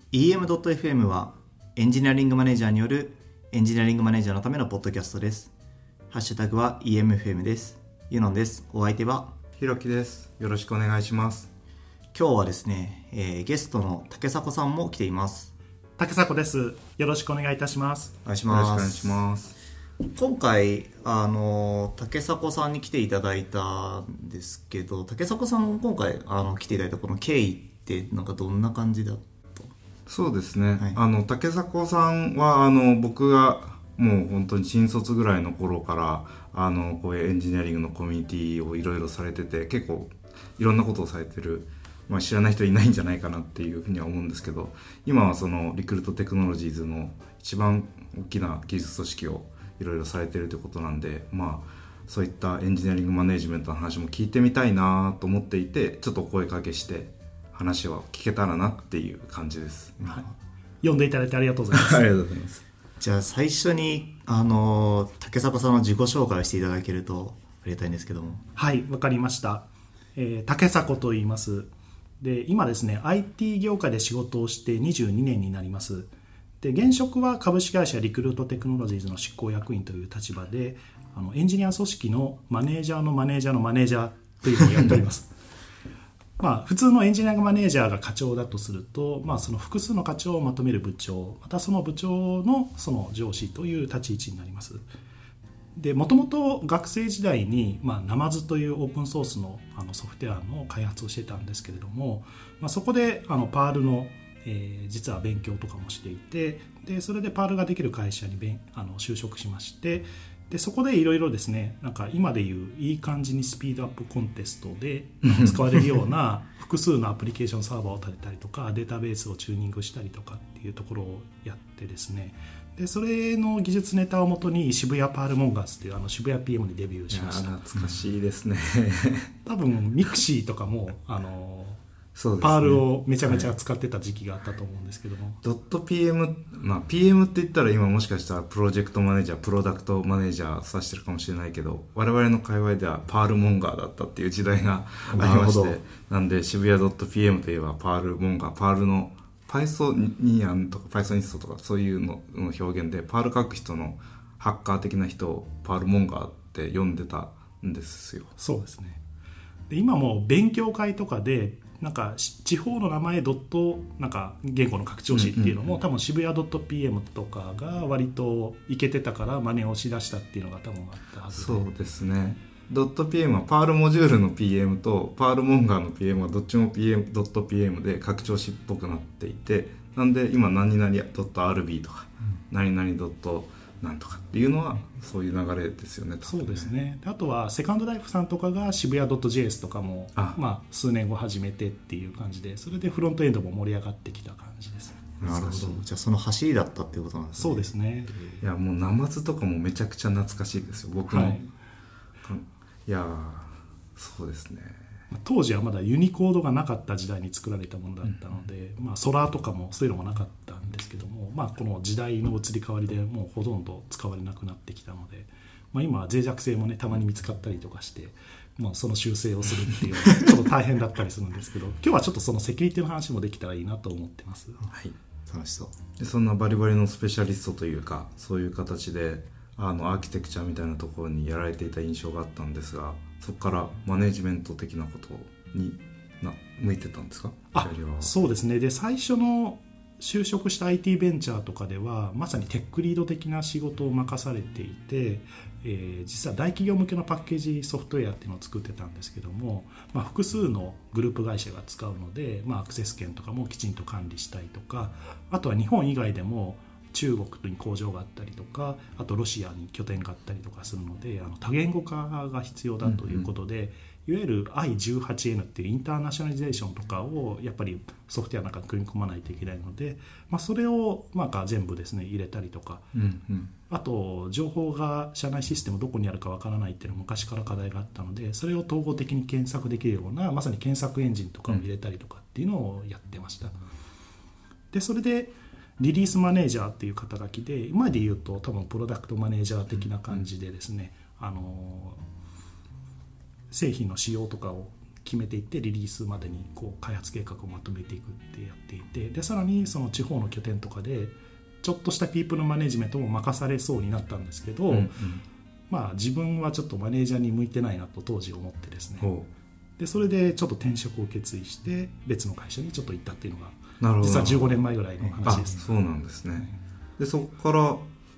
EM.FM はエンジニアリングマネージャーによるエンジニアリングマネージャーのためのポッドキャストです。ハッシュタグは EMFM です。ユノンです。お相手はひろきです。よろしくお願いします。 今日はですね、ゲストの竹迫さんも来ています。 竹迫です。よろしくお願いいたします。 お願いします。 よろしくお願いします。 今回竹迫さんに来ていただいたんですけど、竹迫さん今回来ていただいたこの経緯ってなんかどんな感じだった？ そうですね、 はい、 竹迫さんは僕がもう本当に新卒ぐらいの頃からこういうエンジニアリングのコミュニティをいろいろされてて、結構いろんなことをされてる、知らない人いないんじゃないかなっていうふうには思うんですけど、今はそのリクルートテクノロジーズの一番大きな技術組織をいろいろされてるということなんで、そういったエンジニアリングマネジメントの話も聞いてみたいなと思っていて、ちょっとお声かけして話を聞けたらなっていう感じです、 はい、呼んでいただいてありがとうございます。 ありがとうございます。 じゃあ最初に竹迫さんの自己紹介をしていただけるとありがたいんですけども。 はい、わかりました。竹迫と言います。で、今ですね IT 業界で仕事をして22年になります。で、現職は株式会社リクルートテクノロジーズの執行役員という立場で、エンジニア組織のマネージャーのマネージャーのマネージャーというふうにやっております普通のエンジニアマネージャーが課長だとすると、その複数の課長をまとめる部長、またその部長のその上司という立ち位置になります。で、もともと学生時代に、ナマズというオープンソースの、ソフトウェアの開発をしてたんですけれども、そこでパールの、実は勉強とかもしていて、でそれでパールができる会社に就職しまして、でそこでいろいろですね、なんか今でいういい感じにスピードアップコンテストで使われるような複数のアプリケーションサーバーを立てたりとか、データベースをチューニングしたりとかっていうところをやってですね、でそれの技術ネタをもとに渋谷パールモンガースっていう渋谷 PM にデビューしました。 懐かしいですね多分ミクシーとかもそうですね、 パールをめちゃめちゃ使ってた時期があったと思うんですけども、 ドット PM、PM って言ったら今もしかしたらプロジェクトマネージャー、プロダクトマネージャー指してるかもしれないけど、我々の界隈ではパールモンガーだったっていう時代がありまして、なんで渋谷 .pm といえばパールモンガー、パールの Pythonian とか Pythonist とかそういうの表現で、パール書く人のハッカー的な人をパールモンガーって呼んでたんですよ。 そうですね。で、今も勉強会とかでなんか地方の名前ドットなんか言語の拡張子っていうのも、多分渋谷 .pm とかが割といけてたから真似をしだしたっていうのが多分あったはずで。 そうですね。ドット PM はパールモジュールの PM とパールモンガーの PM はどっちも PM ドット PM で拡張子っぽくなっていて、なんで今何々ドット RB とか、何々ドットなんとかっていうのはそういう流れですよね。 そうですね。あとはセカンドライフさんとかが渋谷 .js とかも数年後始めてっていう感じで、それでフロントエンドも盛り上がってきた感じです。 なるほど。じゃあその走りだったっていうことなんですね。 そうですね。 いや、もうナマズとかもめちゃくちゃ懐かしいですよ、僕も。はい、いやそうですね。 当時はまだユニコードがなかった時代に作られたものだったので、ソラーとかもそういうのもなかったんですけども、この時代の移り変わりでもうほとんど使われなくなってきたので、今は脆弱性もねたまに見つかったりとかして、その修正をするっていうのはちょっと大変だったりするんですけど今日はちょっとそのセキュリティの話もできたらいいなと思ってます。 はい、 楽しそう。 でそんなバリバリのスペシャリストというか、そういう形でアーキテクチャみたいなところにやられていた印象があったんですが、そこからマネジメント的なことに向いてたんですか？ そうですね。で、最初の就職した IT ベンチャーとかではまさにテックリード的な仕事を任されていて、実は大企業向けのパッケージソフトウェアっていうのを作ってたんですけども、複数のグループ会社が使うので、アクセス権とかもきちんと管理したりとか、あとは日本以外でも中国に工場があったりとか、あとロシアに拠点があったりとかするので、多言語化が必要だということで、いわゆる I18N っていうインターナショナリゼーションとかをやっぱりソフトウェアの中に組み込まないといけないので、それを全部ですね入れたりとか、あと情報が社内システムどこにあるかわからないっていうのは昔から課題があったので、それを統合的に検索できるようなまさに検索エンジンとかを入れたりとかっていうのをやってました。で、それでリリースマネージャーっていう肩書きで、今で言うと多分プロダクトマネージャー的な感じでですね、製品の仕様とかを決めていってリリースまでにこう開発計画をまとめていくってやっていて、でさらにその地方の拠点とかでちょっとしたピープルマネジメントも任されそうになったんですけど、まあ、自分はちょっとマネージャーに向いてないなと当時思ってですね、でそれでちょっと転職を決意して別の会社にちょっと行ったっていうのが実は15年前ぐらいの話です。 そうなんですね。でそこから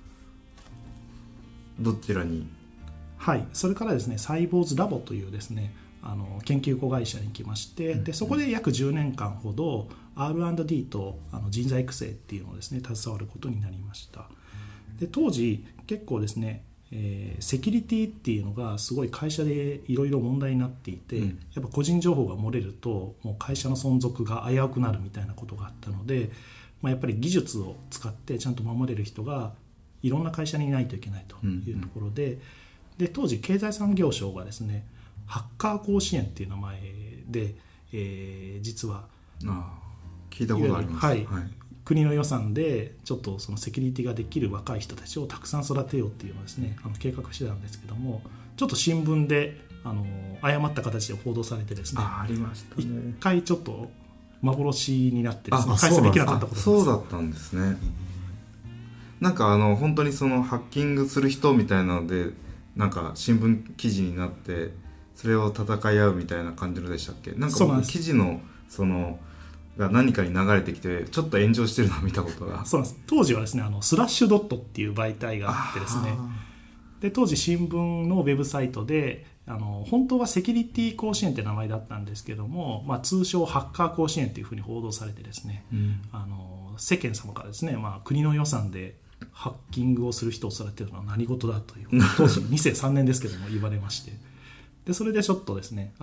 どちらに？ はい、それからですねサイボーズラボというですね研究子会社に行きまして、でそこで約10年間ほど R&D と人材育成っていうのをですね携わることになりました。で当時結構ですね、セキュリティっていうのがすごい会社でいろいろ問題になっていて、やっぱ個人情報が漏れるともう会社の存続が危うくなるみたいなことがあったので、やっぱり技術を使ってちゃんと守れる人がいろんな会社にいないといけないというところで、で当時経済産業省がですねハッカー甲子園っていう名前で、実は聞いたことあります、 はい、国の予算でちょっとそのセキュリティができる若い人たちをたくさん育てようっていうのをですね計画してたんですけども、ちょっと新聞で誤った形で報道されてですね、 ありましたね。 一回ちょっと幻になってですね開催できなかったことです。 そうだったんですね。なんか本当にそのハッキングする人みたいなのでなんか新聞記事になってそれを戦い合うみたいな感じのでしたっけ？なんか僕記事のそのが何かに流れてきてちょっと炎上してるのを見たことが。 そうなんです。当時はですねスラッシュドットっていう媒体があってですね、で当時新聞のウェブサイトで本当はセキュリティ甲子園って名前だったんですけども、通称ハッカー甲子園っていうふうに報道されてですね、世間様からですね、国の予算でハッキングをする人を育てるのは何事だという当時2003年ですけども言われまして、でそれでちょっとですね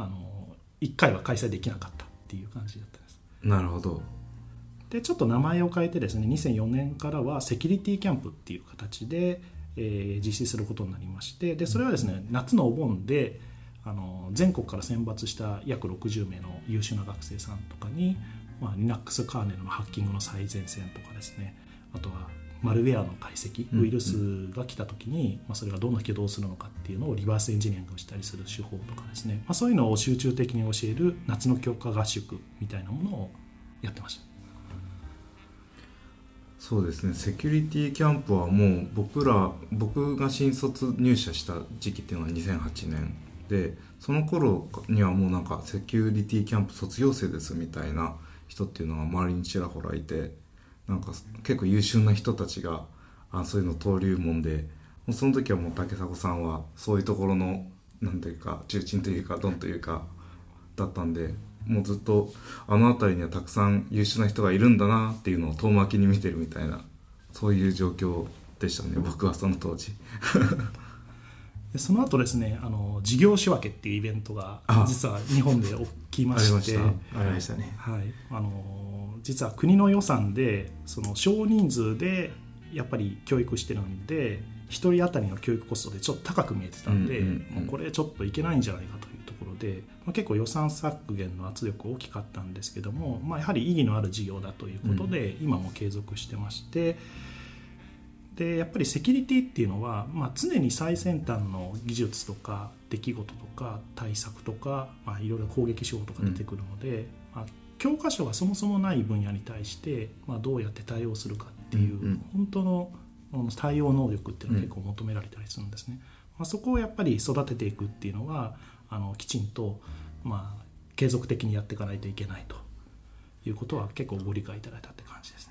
1回は開催できなかったっていう感じだったんです。 なるほど。 でちょっと名前を変えてですね2004年からはセキュリティキャンプっていう形で、実施することになりまして、でそれはですね夏のお盆で全国から選抜した約60名の優秀な学生さんとかに、Linux カーネルのハッキングの最前線とかですね、あとはマルウェアの解析、ウイルスが来た時に、それがどんな起動するのかっていうのをリバースエンジニアリングしたりする手法とかですね、そういうのを集中的に教える夏の強化合宿みたいなものをやってました。 そうですね、セキュリティキャンプはもう僕が新卒入社した時期っていうのは2008年で、その頃にはもうなんかセキュリティキャンプ卒業生ですみたいな人っていうのが周りにちらほらいて、なんか結構優秀な人たちがそういうの登竜門で、もうその時はもう竹迫さんはそういうところのなんていうか重鎮というかドンというかだったんで、もうずっと辺りにはたくさん優秀な人がいるんだなっていうのを遠巻きに見てるみたいな、そういう状況でしたね、僕はその当時でその後ですね事業仕分けっていうイベントが実は日本で起きましてありましたね、 はい、実は国の予算でその少人数でやっぱり教育してるんで1人当たりの教育コストでちょっと高く見えてたんで、もうこれちょっといけないんじゃないかというところで、結構予算削減の圧力大きかったんですけども、やはり意義のある事業だということで、今も継続してまして、でやっぱりセキュリティっていうのは、常に最先端の技術とか出来事とか対策とか、いろいろ攻撃手法とか出てくるので、教科書がそもそもない分野に対して、どうやって対応するかっていう、本当の対応能力っていうのが結構求められたりするんですね。そこをやっぱり育てていくっていうのはきちんと、継続的にやっていかないといけないということは結構ご理解いただいたって感じですね。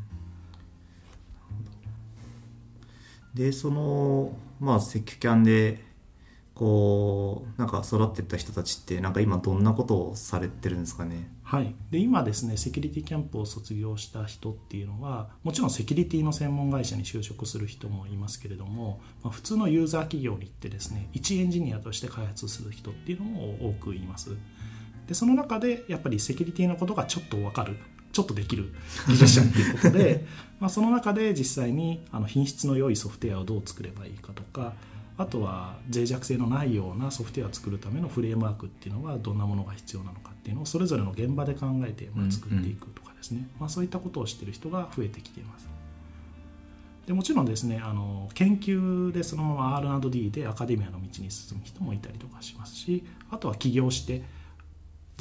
でそのセキュキャンでこうなんか育っていった人たちってなんか今どんなことをされてるんですかね。 はい、で今ですねセキュリティキャンプを卒業した人っていうのはもちろんセキュリティの専門会社に就職する人もいますけれども、普通のユーザー企業に行ってですね一エンジニアとして開発する人っていうのも多くいます。でその中でやっぱりセキュリティのことがちょっと分かる、ちょっとできる技術者っていうことでその中で実際に品質の良いソフトウェアをどう作ればいいかとか、あとは脆弱性のないようなソフトウェアを作るためのフレームワークっていうのはどんなものが必要なのかっていうのをそれぞれの現場で考えて作っていくとかですね、そういったことをしている人が増えてきています。でもちろんですね研究でそのまま R&D でアカデミアの道に進む人もいたりとかしますし、あとは起業して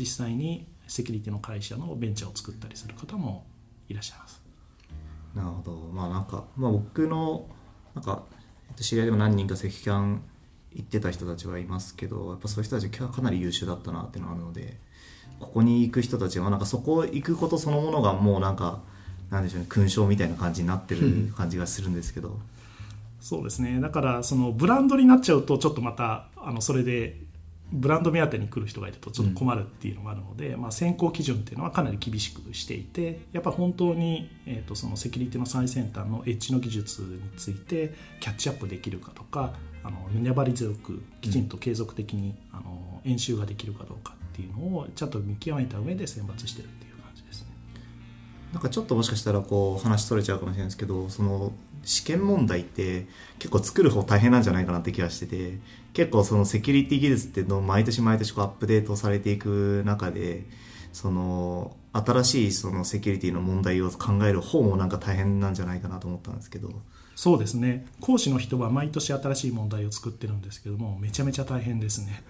実際にセキュリティの会社のベンチャーを作ったりする方もいらっしゃいます。 なるほど。僕の知り合いでも何人か赤キャン行ってた人たちはいますけど、やっぱそういう人たちかなり優秀だったなっていうのがあるので、ここに行く人たちはそこ行くことそのものがもうなんでしょうね、勲章みたいな感じになってる感じがするんですけどそうですね。だからそのブランドになっちゃうとちょっとまたそれでブランド目当てに来る人がいるとちょっと困るっていうのがあるので、選考基準っていうのはかなり厳しくしていて、やっぱ本当に、そのセキュリティの最先端のエッジの技術についてキャッチアップできるかとか、粘り強くきちんと継続的に、演習ができるかどうかっていうのをちゃんと見極めた上で選抜してるっていう感じですね。 ちょっともしかしたら話それちゃうかもしれないですけど、その試験問題って結構作る方大変なんじゃないかなって気がしてて、結構そのセキュリティ技術って毎年毎年アップデートされていく中で、その新しいそのセキュリティの問題を考える方も大変なんじゃないかなと思ったんですけど。 そうですね。講師の人は毎年新しい問題を作ってるんですけども、めちゃめちゃ大変ですね。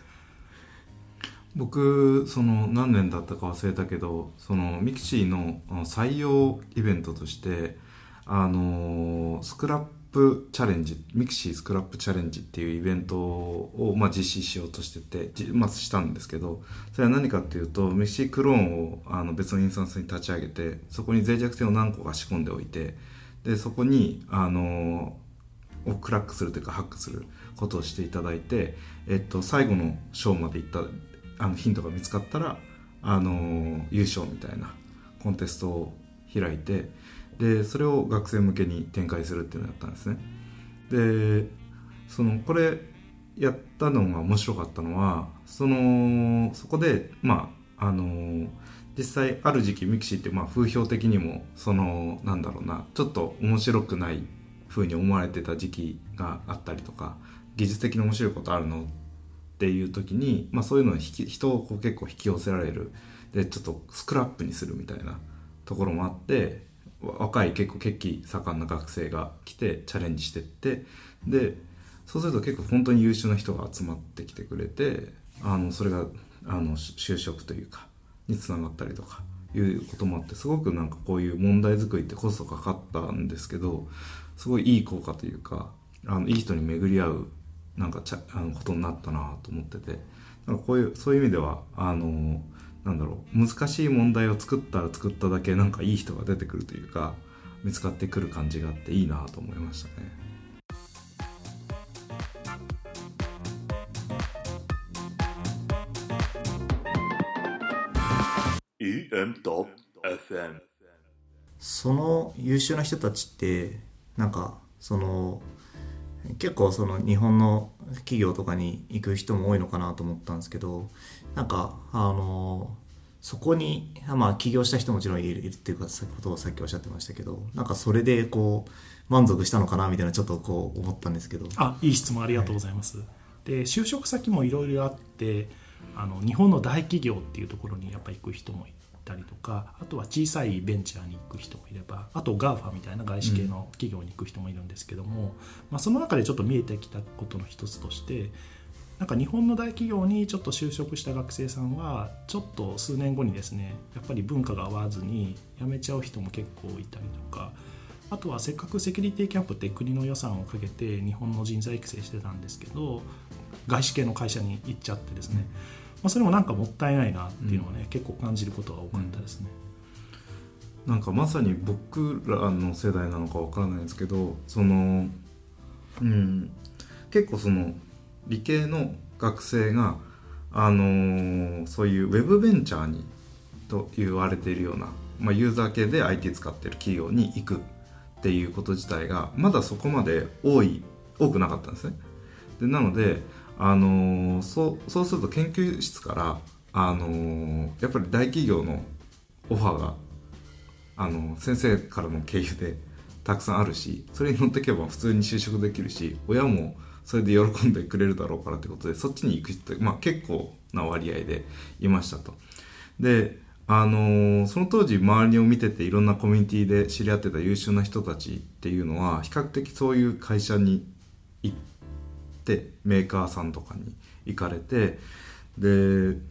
僕何年だったか忘れたけど、ミクシーの採用イベントとしてスクラップチャレンジ、ミクシースクラップチャレンジっていうイベントを、実施しようとしてて、したんですけど、それは何かっていうと、ミクシークローンを別のインスタンスに立ち上げて、そこに脆弱性を何個か仕込んでおいて、でそこにをクラックするというかハックすることをしていただいて、最後の章までいったヒントが見つかったら優勝みたいなコンテストを開いて、でそれを学生向けに展開するっていうのをやったんですね。でこれやったのが面白かったのは、そこで実際ある時期ミクシーって風評的にもちょっと面白くない風に思われてた時期があったりとか、技術的に面白いことあるのっていう時に、そういうのに人を結構引き寄せられる、でちょっとスクラップにするみたいなところもあって、若い結構血気盛んな学生が来てチャレンジしてって、でそうすると結構本当に優秀な人が集まってきてくれて、それが就職というかにつながったりとかいうこともあって、すごくこういう問題作りってコストかかったんですけど、すごいいい効果というかいい人に巡り合うことになったなと思ってて、そういう意味では難しい問題を作ったら作っただけいい人が出てくるというか、見つかってくる感じがあっていいなと思いましたね。 EM.FM その優秀な人たちって結構日本の企業とかに行く人も多いのかなと思ったんですけど、そこに起業した人もちろんいるっていうことをさっきおっしゃってましたけど、それで満足したのかなみたいなちょっと思ったんですけど。 いい質問ありがとうございます。で就職先もいろいろあって、日本の大企業っていうところにやっぱ行く人もいたりとか、あとは小さいベンチャーに行く人もいれば、あと GAFA みたいな外資系の企業に行く人もいるんですけども、その中でちょっと見えてきたことの一つとして、日本の大企業にちょっと就職した学生さんはちょっと数年後にですね、やっぱり文化が合わずに辞めちゃう人も結構いたりとか、あとはせっかくセキュリティキャンプって国の予算をかけて日本の人材育成してたんですけど、外資系の会社に行っちゃってですね、それももったいないなっていうのはね、結構感じることが多かったですね。 まさに僕らの世代なのかわからないんですけど、結構理系の学生が、そういうウェブベンチャーにと言われているような、ユーザー系で IT 使ってる企業に行くっていうこと自体がまだそこまで多くなかったんですね。でなのでそうすると研究室から、やっぱり大企業のオファーが先生からの経由でたくさんあるし、それに乗っていけば普通に就職できるし、親もそれで喜んでくれるだろうからということで、そっちに行く人って、結構な割合でいましたと。でその当時周りを見てていろんなコミュニティで知り合ってた優秀な人たちっていうのは比較的そういう会社に行ってメーカーさんとかに行かれて、で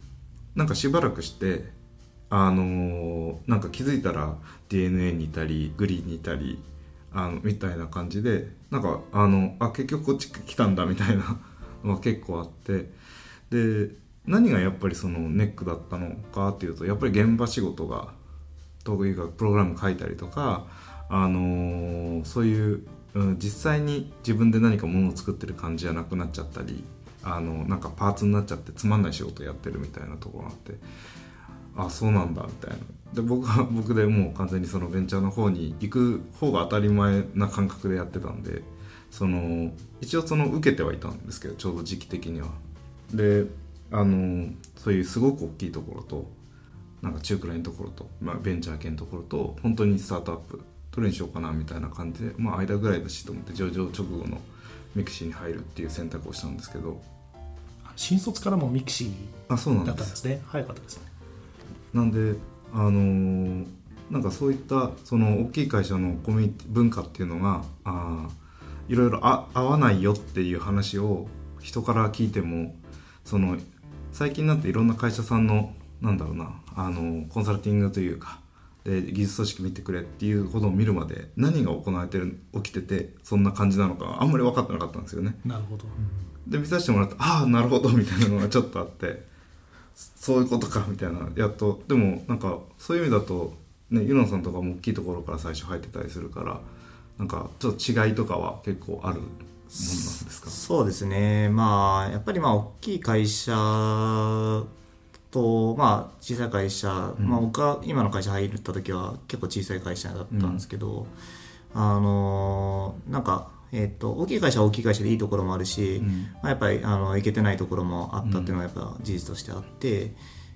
なんかしばらくしてなんか気づいたら DNA にいたりグリーンにいたりみたいな感じでなんか結局こっち来たんだみたいなのが結構あって、で何がやっぱりそのネックだったのかっていうと、やっぱり現場仕事が得意がプログラム書いたりとか、そういう、実際に自分で何かものを作ってる感じじゃなくなっちゃったり、なんかパーツになっちゃってつまんない仕事やってるみたいなところがあって、あ、そうなんだみたいな。で僕は僕でもう完全にそのベンチャーの方に行く方が当たり前な感覚でやってたんで、一応受けてはいたんですけど、ちょうど時期的には。でそういうすごく大きいところとなんか中くらいのところと、ベンチャー系のところと本当にスタートアップどれにしようかなみたいな感じで、間ぐらいだしと思って上場直後のミクシーに入るっていう選択をしたんですけど、 新卒からもミクシーだったんですね。早かったですね。 なんでなんかそういったその大きい会社のコミュニティ文化っていうのがいろいろ合わないよっていう話を人から聞いても、最近になっていろんな会社さんのなんだろうなコンサルティングというかで技術組織見てくれっていうことを見るまで何が行われてる起きててそんな感じなのかあんまり分かってなかったんですよね。 なるほど。 で見させてもらってなるほどみたいなのがちょっとあってそういうことかみたいな、やっと。でもなんかそういう意味だとね、ユノさんとかも大きいところから最初入ってたりするからなんかちょっと違いとかは結構あるもんなんですか？ そうですね、やっぱり大きい会社と、小さい会社、僕は今の会社入った時は結構小さい会社だったんですけど、なんか、大きい会社は大きい会社でいいところもあるし、やっぱりいけてないところもあったっていうのはやっぱ事実としてあって、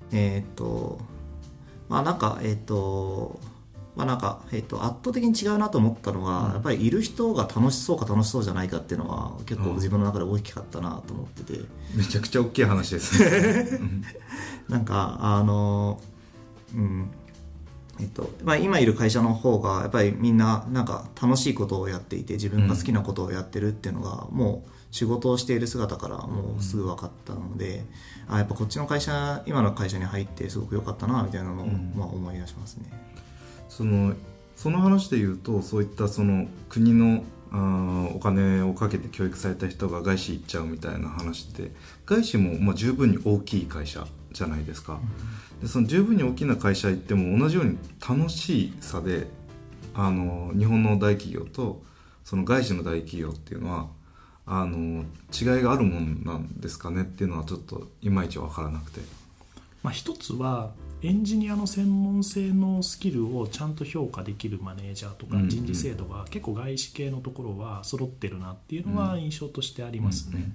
圧倒的に違うなと思ったのが、やっぱりいる人が楽しそうか楽しそうじゃないかっていうのは結構自分の中で大きかったなと思ってて、 めちゃくちゃ大きい話ですねなんか今いる会社の方がやっぱりみんななんか楽しいことをやっていて自分が好きなことをやってるっていうのがもう仕事をしている姿からもうすぐ分かったので、やっぱこっちの会社今の会社に入ってすごく良かったなみたいなのを思い出しますね。 その話で言うと、そういったその国のお金をかけて教育された人が外資行っちゃうみたいな話って、外資も十分に大きい会社じゃないですか。でその十分に大きな会社行っても同じように楽しさで日本の大企業とその外資の大企業っていうのは違いがあるもんなんですかねっていうのはちょっといまいち分からなくて、 一つはエンジニアの専門性のスキルをちゃんと評価できるマネージャーとか人事制度が結構外資系のところは揃ってるなっていうのは印象としてありますね。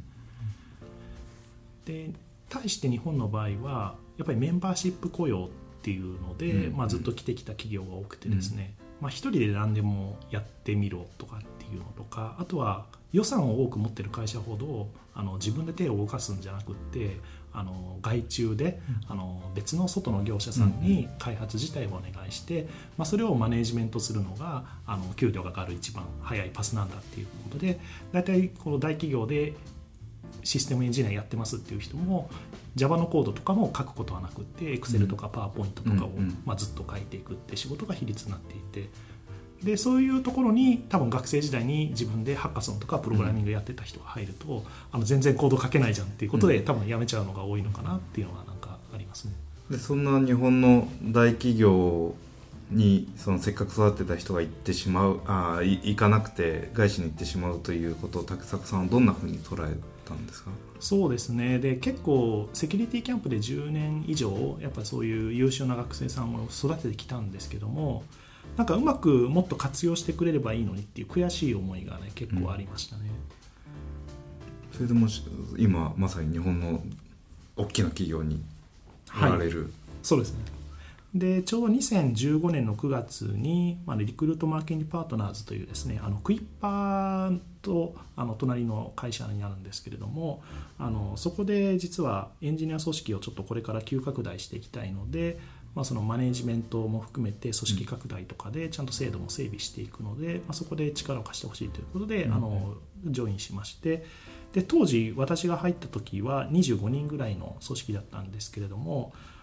で対して日本の場合はやっぱりメンバーシップ雇用っていうので、ずっと来てきた企業が多くてですね、一人で何でもやってみろとかっていうのとか、あとは予算を多く持ってる会社ほど自分で手を動かすんじゃなくって外注で別の外の業者さんに開発自体をお願いして、それをマネージメントするのが給料が上がる一番早いパスなんだっていうことで、だいたいこの大企業でシステムエンジニアやってますっていう人も Java のコードとかも書くことはなくって Excel とか PowerPoint とかをずっと書いていくって仕事が比率になっていて、でそういうところに多分学生時代に自分でハッカソンとかプログラミングやってた人が入ると、全然コード書けないじゃんっていうことで、多分やめちゃうのが多いのかなっていうのがなんかありますね。 でそんな日本の大企業にせっかく育てた人が行ってしまう行かなくて外資に行ってしまうということを竹迫さんはどんなふうに捉えたんですか？ そうですね。で結構セキュリティキャンプで10年以上やっぱそういう優秀な学生さんを育ててきたんですけども、なんかうまくもっと活用してくれればいいのにっていう悔しい思いがね結構ありましたね。 それでも今まさに日本の大きな企業におられる、 そうですね。でちょうど2015年の9月に、リクルートマーケティングパートナーズというですねクイッパーと隣の会社になるんですけれども、そこで実はエンジニア組織をちょっとこれから急拡大していきたいので、そのマネージメントも含めて組織拡大とかでちゃんと制度も整備していくので、そこで力を貸してほしいということで、ジョインしまして、で当時私が入った時は25人ぐらいの組織だったんですけれども、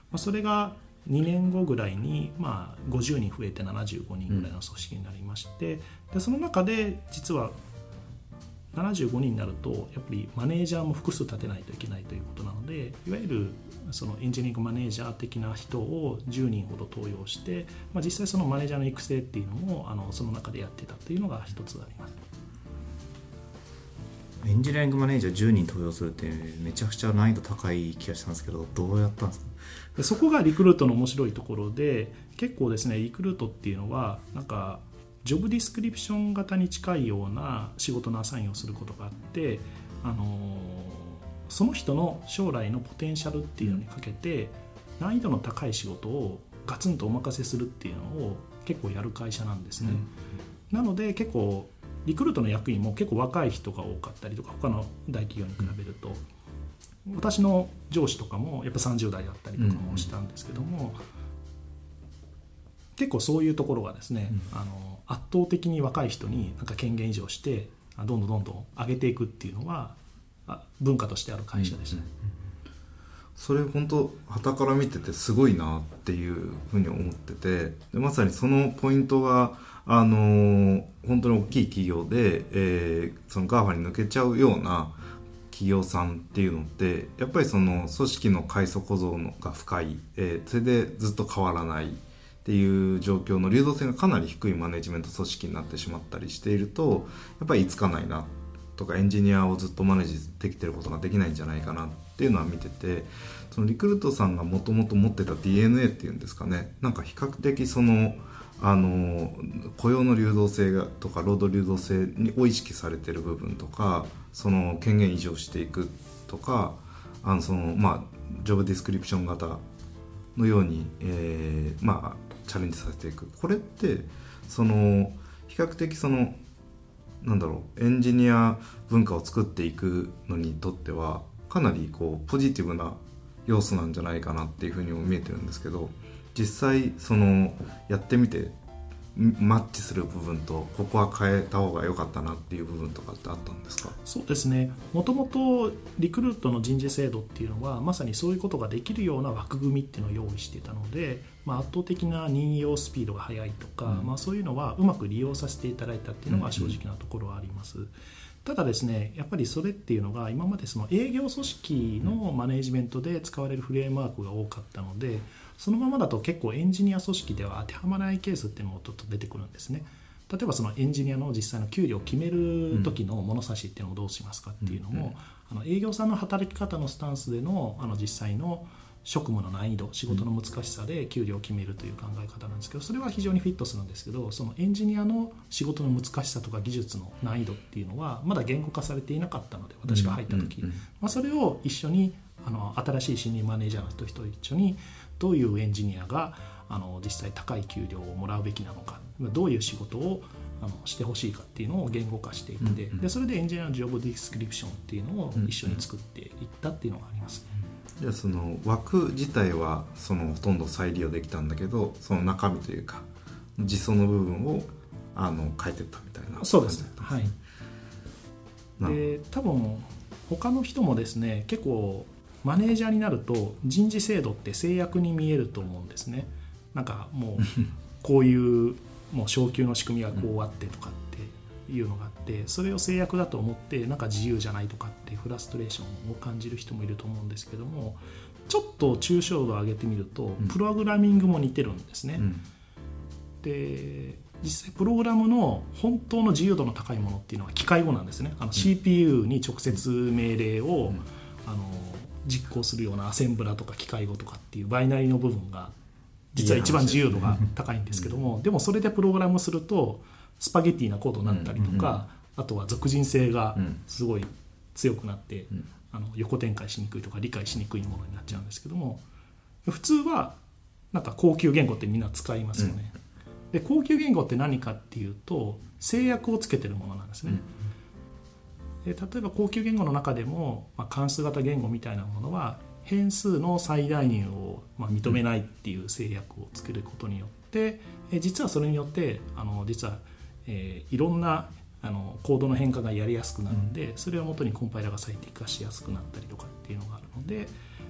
それが2年後ぐらいに、50人増えて75人ぐらいの組織になりまして、でその中で実は75人になるとやっぱりマネージャーも複数立てないといけないということなので、いわゆるそのエンジニアリングマネージャー的な人を10人ほど登用して、実際そのマネージャーの育成っていうのもその中でやってたというのが一つあります。 エンジニアリングマネージャー10人登用するってめちゃくちゃ難易度高い気がしたんですけど、どうやったんですか？ でそこがリクルートの面白いところで、結構ですねリクルートっていうのはなんかジョブディスクリプション型に近いような仕事のアサインをすることがあって、その人の将来のポテンシャルっていうのにかけて難易度の高い仕事をガツンとお任せするっていうのを結構やる会社なんですね、なので結構リクルートの役員も結構若い人が多かったりとか、他の大企業に比べると、私の上司とかもやっぱ30代だったりとかもしたんですけども、結構そういうところがですね、圧倒的に若い人になんか権限移譲してどんどん上げていくっていうのは文化としてある会社ですね、 それ本当傍から見ててすごいなっていうふうに思ってて、でまさにそのポイントが本当に大きい企業で、その GAFA に抜けちゃうような企業さんっていうのってやっぱりその組織の階層構造が深い、それでずっと変わらないっていう状況の流動性がかなり低いマネジメント組織になってしまったりしていると、やっぱり居つかないなとかエンジニアをずっとマネージできてることができないんじゃないかなっていうのは見てて、そのリクルートさんがもともと持ってた DNA っていうんですかね、なんか比較的その雇用の流動性がとか労働流動性を意識されている部分とか、その権限移譲していくとか、そのジョブディスクリプション型のように、チャレンジさせていく。これってその比較的そのエンジニア文化を作っていくのにとってはかなりこうポジティブな要素なんじゃないかなっていうふうにも見えてるんですけど、実際そのやってみてマッチする部分とここは変えた方が良かったなっていう部分とかってあったんですか？ そうですね、もともとリクルートの人事制度っていうのはまさにそういうことができるような枠組みっていうのを用意していたので、圧倒的な任用スピードが速いとか、そういうのはうまく利用させていただいたっていうのが正直なところはあります、ただですね、やっぱりそれっていうのが今までその営業組織のマネージメントで使われるフレームワークが多かったので、そのままだと結構エンジニア組織では当てはまらないケースっていうのもちょっと出てくるんですね。例えばそのエンジニアの実際の給料を決める時の物差しっていうのをどうしますかっていうのも、営業さんの働き方のスタンスでの実際の職務の難易度、仕事の難しさで給料を決めるという考え方なんですけど、それは非常にフィットするんですけど、そのエンジニアの仕事の難しさとか技術の難易度っていうのはまだ言語化されていなかったので、私が入った時、それを一緒に新しい新任マネージャーの人と一緒にどういうエンジニアが実際高い給料をもらうべきなのか、どういう仕事をしてほしいかっていうのを言語化していって、でそれでエンジニアのジョブディスクリプションっていうのを一緒に作っていったっていうのがありますね。 じゃあその枠自体はそのほとんど再利用できたんだけど、その中身というか実装の部分を変えていったみたいな。 そうですね、はい。で多分他の人もですね、結構マネージャーになると人事制度って制約に見えると思うんですね。なんかもうこういうもう昇給の仕組みがこうあってとかっていうのがあって、それを制約だと思ってなんか自由じゃないとかってフラストレーションを感じる人もいると思うんですけども、ちょっと抽象度を上げてみるとプログラミングも似てるんですね、で実際プログラムの本当の自由度の高いものっていうのは機械語なんですね。CPU に直接命令を実行するようなアセンブラとか機械語とかっていうバイナリーの部分が実は一番自由度が高いんですけども、でもそれでプログラムするとスパゲティなコードになったりとか、あとは属人性がすごい強くなって、横展開しにくいとか理解しにくいものになっちゃうんですけども、普通はなんか高級言語ってみんな使いますよね、で高級言語って何かっていうと制約をつけてるものなんですね、で例えば高級言語の中でも、関数型言語みたいなものは変数の最大入を認めないっていう制約をつけることによって、実はそれによって実はいろんなコードの変化がやりやすくなるので、それを元にコンパイラーが最適化しやすくなったりとかっていうのがあるので、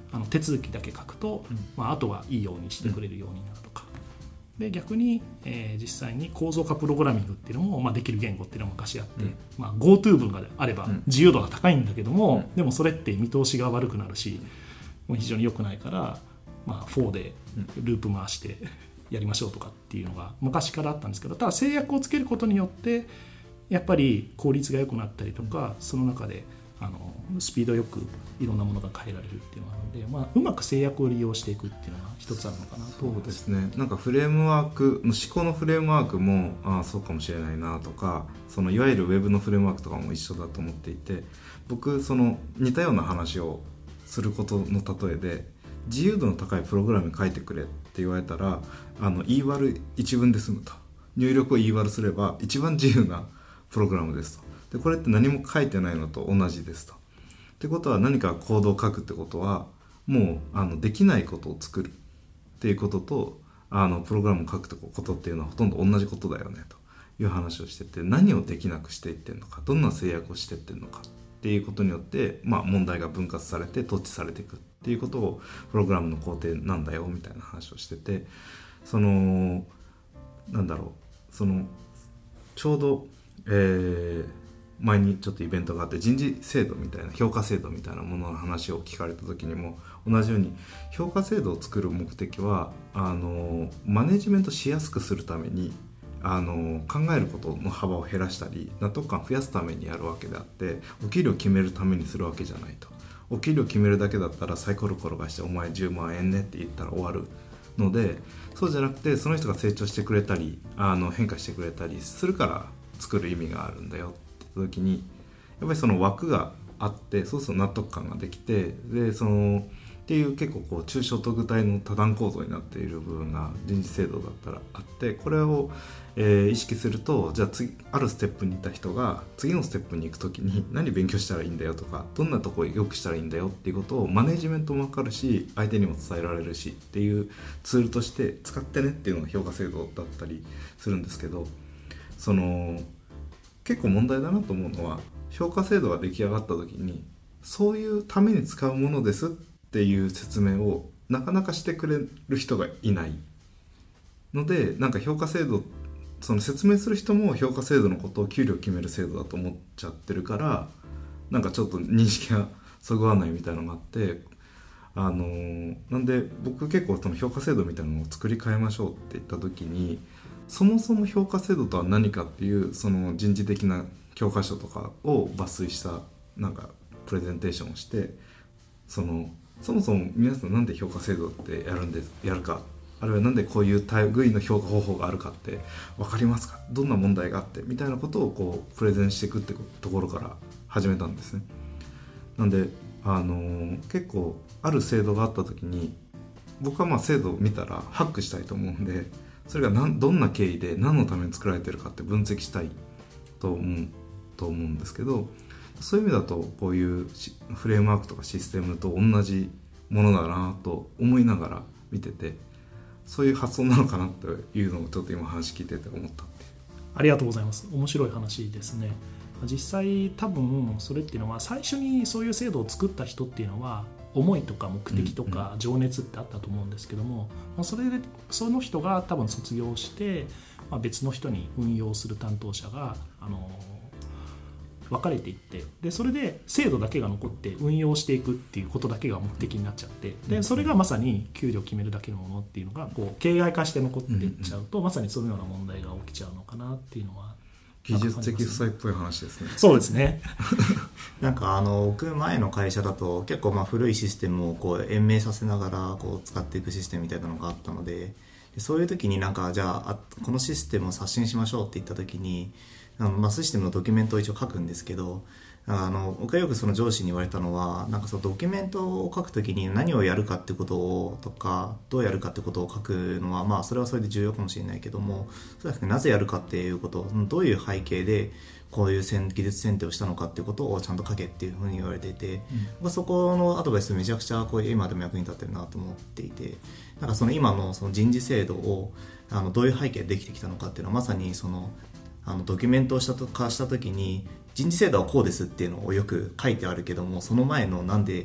手続きだけ書くと、あとはいいようにしてくれるようになるとか、で逆に、実際に構造化プログラミングっていうのも、できる言語っていうのも昔あって、GoTo 文があれば自由度が高いんだけども、でもそれって見通しが悪くなるし、もう非常に良くないから、4でループ回してやりましょうとかっていうのが昔からあったんですけど、ただ制約をつけることによってやっぱり効率が良くなったりとか、その中でスピードよくいろんなものが変えられるっていうのがあるので、うまく制約を利用していくっていうのが一つあるのかなと思います。 そうですね。なんかフレームワーク、思考のフレームワークもそうかもしれないなとか、そのいわゆるウェブのフレームワークとかも一緒だと思っていて、僕その似たような話をすることの例えで、自由度の高いプログラム書いてくれって言われたら、言い割る一文で済むと、入力を言い割るすれば一番自由なプログラムですと。でこれって何も書いてないのと同じですと。ってことは、何かコードを書くってことはもうできないことを作るっていうことと、プログラムを書くことっていうのはほとんど同じことだよねという話をしてて、何をできなくしていってんのか、どんな制約をしていってんのかっていうことによって、問題が分割されて統治されていくっていうことをプログラムの工程なんだよみたいな話をしてて、そのちょうど、前にちょっとイベントがあって、人事制度みたいな、評価制度みたいなものの話を聞かれた時にも同じように、評価制度を作る目的はマネジメントしやすくするために考えることの幅を減らしたり納得感を増やすためにやるわけであって、お給料を決めるためにするわけじゃないと。お給料を決めるだけだったらサイコロ転がしてお前10万円ねって言ったら終わるので、そうじゃなくて、その人が成長してくれたり変化してくれたりするから作る意味があるんだよって言った時に、やっぱりその枠があって、そうすると納得感ができて、でっていう結構抽象と具体の多段構造になっている部分が人事制度だったらあって、これを、意識すると、じゃあ次あるステップにいた人が次のステップに行くときに何勉強したらいいんだよとか、どんなところを良くしたらいいんだよっていうことをマネジメントも分かるし、相手にも伝えられるしっていうツールとして使ってねっていうのが評価制度だったりするんですけど、結構問題だなと思うのは、評価制度が出来上がった時にそういうために使うものですっていう説明をなかなかしてくれる人がいないので、なんか評価制度、その説明する人も評価制度のことを給料決める制度だと思っちゃってるから、なんかちょっと認識がそぐわないみたいなのがあって、なんで僕結構その評価制度みたいなのを作り変えましょうって言った時に、そもそも評価制度とは何かっていうその人事的な教科書とかを抜粋したなんかプレゼンテーションをして、そもそも皆さんなんで評価制度ってやるか、あるいはなんでこういう類の評価方法があるかって分かりますか、どんな問題があってみたいなことをプレゼンしていくってところから始めたんですね。なんで結構ある制度があった時に、僕は制度を見たらハックしたいと思うんで、それがどんな経緯で何のために作られてるかって分析したいと思うんですけど、そういう意味だとこういうフレームワークとかシステムと同じものだなと思いながら見てて、そういう発想なのかなというのをちょっと今話聞いてて思ったっていう。 ありがとうございます。面白い話ですね。実際多分それっていうのは、最初にそういう制度を作った人っていうのは思いとか目的とか情熱ってあったと思うんですけども、それでその人が多分卒業して、別の人に運用する担当者が分かれていって、でそれで制度だけが残って運用していくっていうことだけが目的になっちゃって、でそれがまさに給料決めるだけのものっていうのが形骸化して残っていっちゃうと、まさにそのような問題が起きちゃうのかなっていうのは技術的負債っぽい話ですね。 そうですねなんか僕前の会社だと結構古いシステムを延命させながら使っていくシステムみたいなのがあったので、そういう時になんかじゃあこのシステムを刷新しましょうって言った時にシステムのドキュメントを一応書くんですけど、僕がよくその上司に言われたのは、なんかそのドキュメントを書くときに何をやるかってことをとかどうやるかってことを書くのはそれはそれで重要かもしれないけども、そうですね、なぜやるかっていうこと、どういう背景でこういう技術選定をしたのかっていうことをちゃんと書けっていうふうに言われていて、僕はそこのアドバイスめちゃくちゃ今でも役に立ってるなと思っていて、なんかその今のその人事制度をどういう背景でできてきたのかっていうのは、まさにそのドキュメントを化した時に人事制度はこうですっていうのをよく書いてあるけども、その前のなんで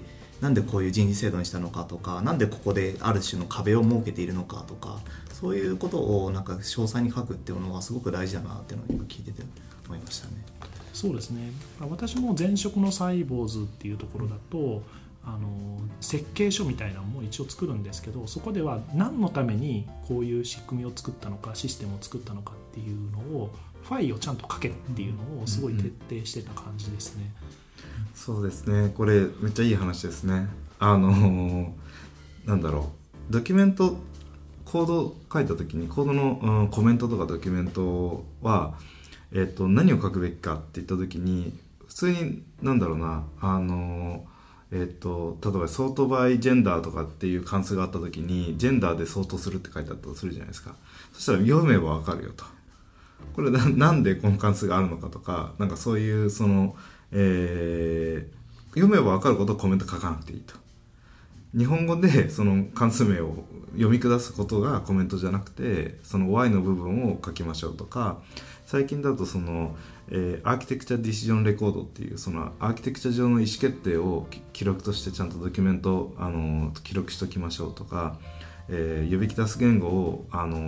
なんでこういう人事制度にしたのかとか、なんでここである種の壁を設けているのかとか、そういうことをなんか詳細に書くっていうのはすごく大事だなっていうのを今聞いてて思いましたね。 そうですね。私も前職のサイボーズっていうところだと、設計書みたいなのも一応作るんですけど、そこでは何のためにこういう仕組みを作ったのか、システムを作ったのかっていうのをファイをちゃんと書けっていうのをすごい徹底してた感じですね。 そうですね、これめっちゃいい話ですね。なんだろう、ドキュメントコード書いた時にコードの、コメントとかドキュメントは、何を書くべきかって言った時に普通になんだろうな、例えばソートバイジェンダーとかっていう関数があった時にジェンダーで相当するって書いてあったとするじゃないですか。そしたら読めばわかるよと、これなんでこの関数があるのかとか、なんかそういうその、読めばわかることをコメント書かなくていいと。日本語でその関数名を読み下すことがコメントじゃなくて、その Y の部分を書きましょうとか、最近だとその、アーキテクチャディシジョンレコードっていうそのアーキテクチャ上の意思決定を記録としてちゃんとドキュメント記録しておきましょうとか、呼び出す言語を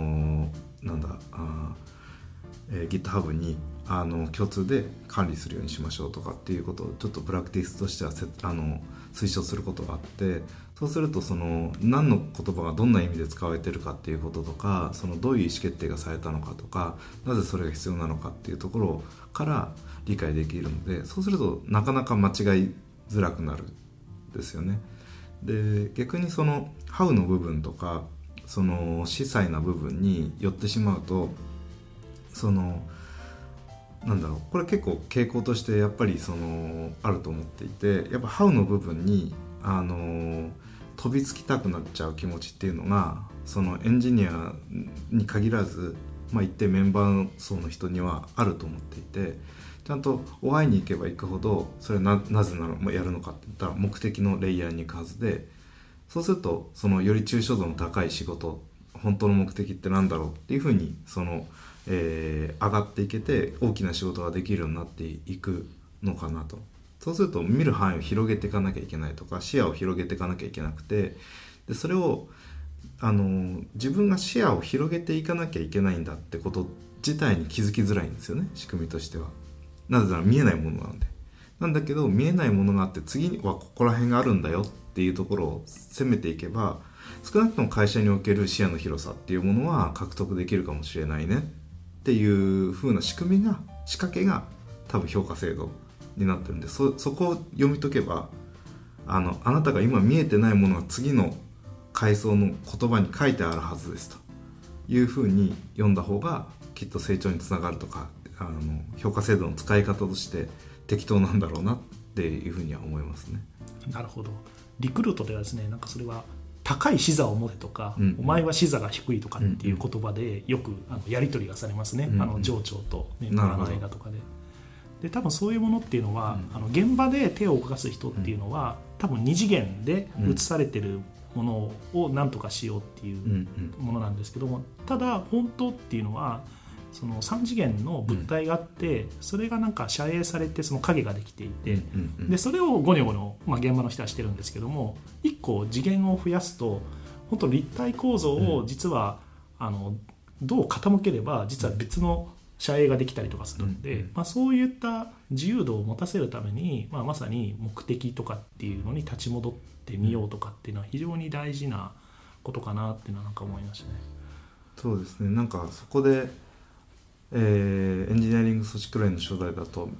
GitHub に共通で管理するようにしましょうとかっていうことをちょっとプラクティスとしては推奨することがあって、そうするとその何の言葉がどんな意味で使われているかっていうこととか、そのどういう意思決定がされたのかとか、なぜそれが必要なのかっていうところから理解できるので、そうするとなかなか間違いづらくなるんですよね。で、逆にその How の部分とかその司祭な部分に寄ってしまうと、そのなんだろう、これ結構傾向としてやっぱりそのあると思っていて、やっぱ How の部分に飛びつきたくなっちゃう気持ちっていうのが、そのエンジニアに限らず、一定メンバー層の人にはあると思っていて、ちゃんと Y に行けば行くほどそれは なぜなのやるのかって言ったら目的のレイヤーに行くはずで、そうするとそのより抽象度の高い仕事、本当の目的ってなんだろうっていうふうにその上がっていけて大きな仕事ができるようになっていくのかなと。そうすると見る範囲を広げていかなきゃいけないとか、視野を広げていかなきゃいけなくて、でそれを自分が視野を広げていかなきゃいけないんだってこと自体に気づきづらいんですよね、仕組みとしては。なぜなら見えないものなんで。なんだけど見えないものがあって、次にはここら辺があるんだよっていうところを攻めていけば、少なくとも会社における視野の広さっていうものは獲得できるかもしれないねっていう風な仕組みが、仕掛けが多分評価制度になってるんで、そこを読み解けば、あなたが今見えてないものが次の階層の言葉に書いてあるはずですという風に読んだ方がきっと成長につながるとか、評価制度の使い方として適当なんだろうなっていう風には思いますね。 なるほど。リクルートではですね、なんかそれは高い視座を持てとか、 うんうん、 お前は視座が低いとかっていう言葉でよくやり取りがされますね、 うんうん、 上長とメンバーの間とかで多分そういうものっていうのは、現場で手を動かす人っていうのは、多分二次元で映されてるものを何とかしようっていうものなんですけども、ただ本当っていうのはその3次元の物体があって、それがなんか遮影されてその影ができていて、でそれをゴニョゴニョ、現場の人はしてるんですけども、1個次元を増やすと本当立体構造を実は、どう傾ければ実は別の遮影ができたりとかするので、そういった自由度を持たせるために、まさに目的とかっていうのに立ち戻ってみようとかっていうのは非常に大事なことかなっていうのはなんか思いましたね。 そうですね、なんかそこでエンジニアリング組織論の初代だと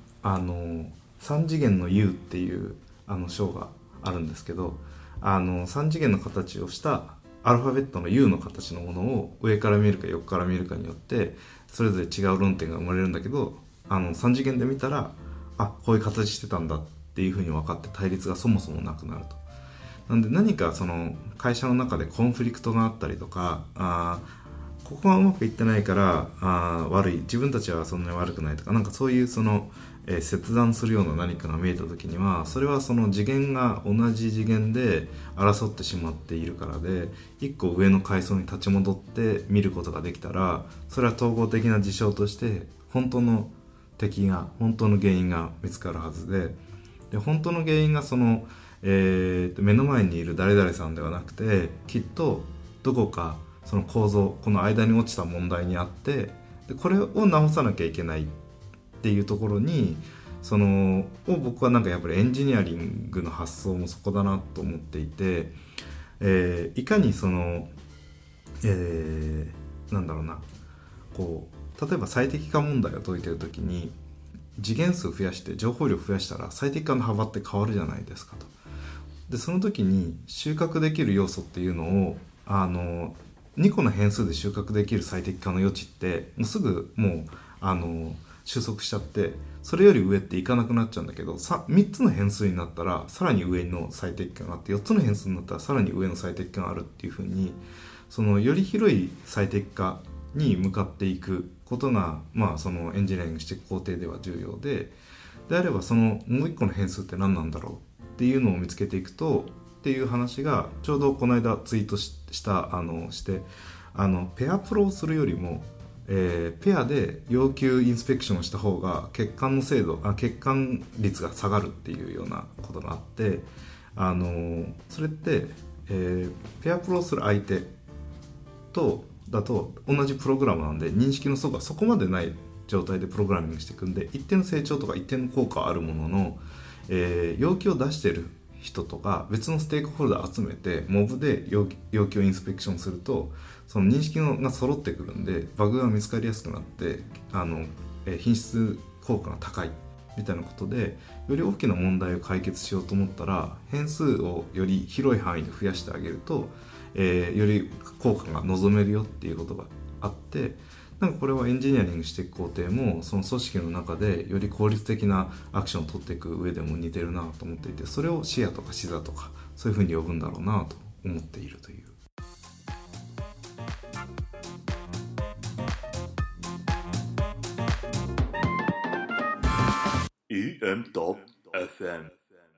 3次元の U っていう章があるんですけど、3次元の形をしたアルファベットの U の形のものを上から見るか横から見るかによってそれぞれ違う論点が生まれるんだけど、3次元で見たらこういう形してたんだっていうふうに分かって対立がそもそもなくなると。なんで何かその会社の中でコンフリクトがあったりとか、ここがうまくいってないから悪い、自分たちはそんなに悪くないとか、なんかそういうその、切断するような何かが見えた時には、それはその次元が同じ次元で争ってしまっているからで、一個上の階層に立ち戻って見ることができたら、それは統合的な事象として本当の敵が、本当の原因が見つかるはずで、本当の原因がその、 目の前にいる誰々さんではなくて、きっとどこかその構造、この間に落ちた問題にあって、でこれを直さなきゃいけないっていうところに僕はなんかやっぱりエンジニアリングの発想もそこだなと思っていて、いかになんだろうな、例えば最適化問題を解いているときに次元数増やして情報量増やしたら最適化の幅って変わるじゃないですかと。でその時に収穫できる要素っていうのを2個の変数で収穫できる最適化の余地ってもうすぐ収束しちゃって、それより上っていかなくなっちゃうんだけど、3つの変数になったらさらに上の最適化があって、4つの変数になったらさらに上の最適化があるっていう風に、より広い最適化に向かっていくことが、エンジニアリングしていく工程では重要であれば、もう一個の変数って何なんだろうっていうのを見つけていくとっていう話がちょうどこの間ツイートしてペアプロをするよりも、ペアで要求インスペクションをした方が欠陥率が下がるっていうようなことがあって、それって、ペアプロをする相手だと同じプログラムなんで認識の層がそこまでない状態でプログラミングしていくんで、一定の成長とか一定の効果はあるものの、要求を出してる人とか別のステークホルダー集めてモブで要求をインスペクションすると、その認識が揃ってくるんでバグが見つかりやすくなって品質効果が高いみたいなことで、より大きな問題を解決しようと思ったら変数をより広い範囲で増やしてあげると、より効果が望めるよっていうことがあって、なんかこれはエンジニアリングしていく工程もその組織の中でより効率的なアクションを取っていく上でも似てるなと思っていて、それを視野とか視座とかそういうふうに呼ぶんだろうなと思っているという。 EM.FM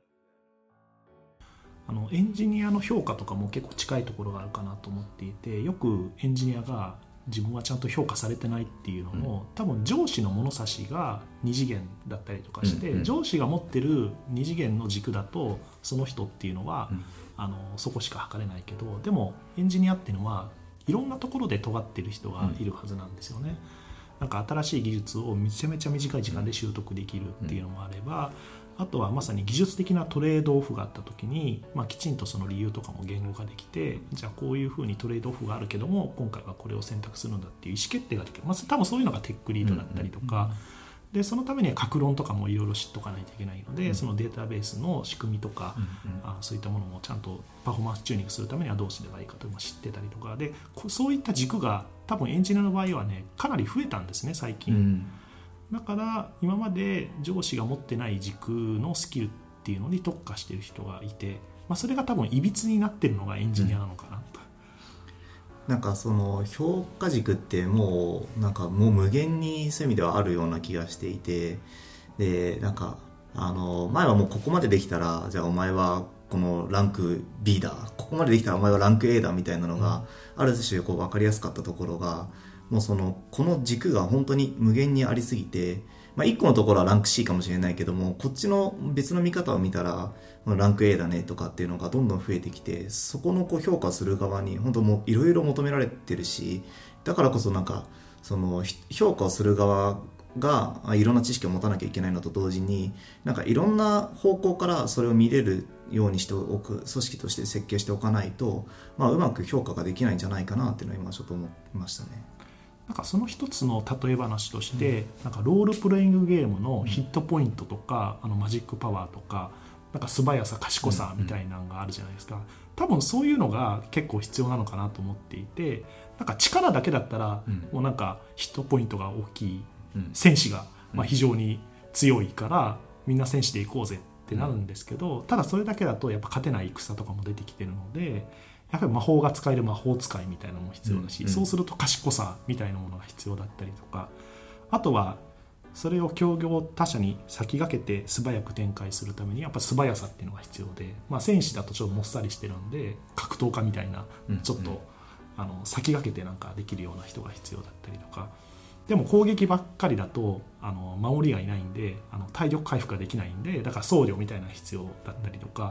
エンジニアの評価とかも結構近いところがあるかなと思っていて、よくエンジニアが自分はちゃんと評価されてないっていうのも、多分上司の物差しが2次元だったりとかして、上司が持ってる2次元の軸だとその人っていうのは、そこしか測れないけど、でもエンジニアっていうのはいろんなところで尖ってる人がいるはずなんですよね。なんか新しい技術をめちゃめちゃ短い時間で習得できるっていうのもあれば、あとはまさに技術的なトレードオフがあった時に、きちんとその理由とかも言語化できて、じゃあこういうふうにトレードオフがあるけども今回はこれを選択するんだっていう意思決定ができる、多分そういうのがテックリードだったりとか、でそのためには各論とかもいろいろ知っとかないといけないので、そのデータベースの仕組みとか、そういったものもちゃんとパフォーマンスチューニングするためにはどうすればいいかというのも知ってたりとかで、そういった軸が多分エンジニアの場合はねかなり増えたんですね最近。だから今まで上司が持ってない軸のスキルっていうのに特化している人がいて、それが多分いびつになってるのがエンジニアなのかなと。 なんかその評価軸ってもう無限にそういう意味ではあるような気がしていて、でなんか前はもうここまでできたらじゃあお前はこのランク B だ、ここまでできたらお前はランク A だみたいなのがある種分かりやすかったところが、もうこの軸が本当に無限にありすぎて、1個のところはランク C かもしれないけども、こっちの別の見方を見たらランク A だねとかっていうのがどんどん増えてきて、そこの評価する側に本当もいろいろ求められてるし、だからこそその評価をする側がいろんな知識を持たなきゃいけないのと同時に、いろんな方向からそれを見れるようにしておく組織として設計しておかないと、うまく評価ができないんじゃないかなっていうのは今ちょっと思いましたね。 その一つの例え話として、ロールプレイングゲームのヒットポイントとか、マジックパワーとか、素早さ賢さみたいなのがあるじゃないですか。多分そういうのが結構必要なのかなと思っていて、力だけだったらもうヒットポイントが大きい戦士が非常に強いからみんな戦士でいこうぜってなるんですけど、ただそれだけだとやっぱ勝てない戦とかも出てきてるので、やっぱり魔法が使える魔法使いみたいなのも必要だし、そうすると賢さみたいなものが必要だったりとか、あとはそれを協業他社に先駆けて素早く展開するためにやっぱ素早さっていうのが必要で、戦士だとちょっともっさりしてるんで格闘家みたいなちょっと先駆けてできるような人が必要だったりとか、でも攻撃ばっかりだと守りがいないんで体力回復ができないんで、だから僧侶みたいな必要だったりとか、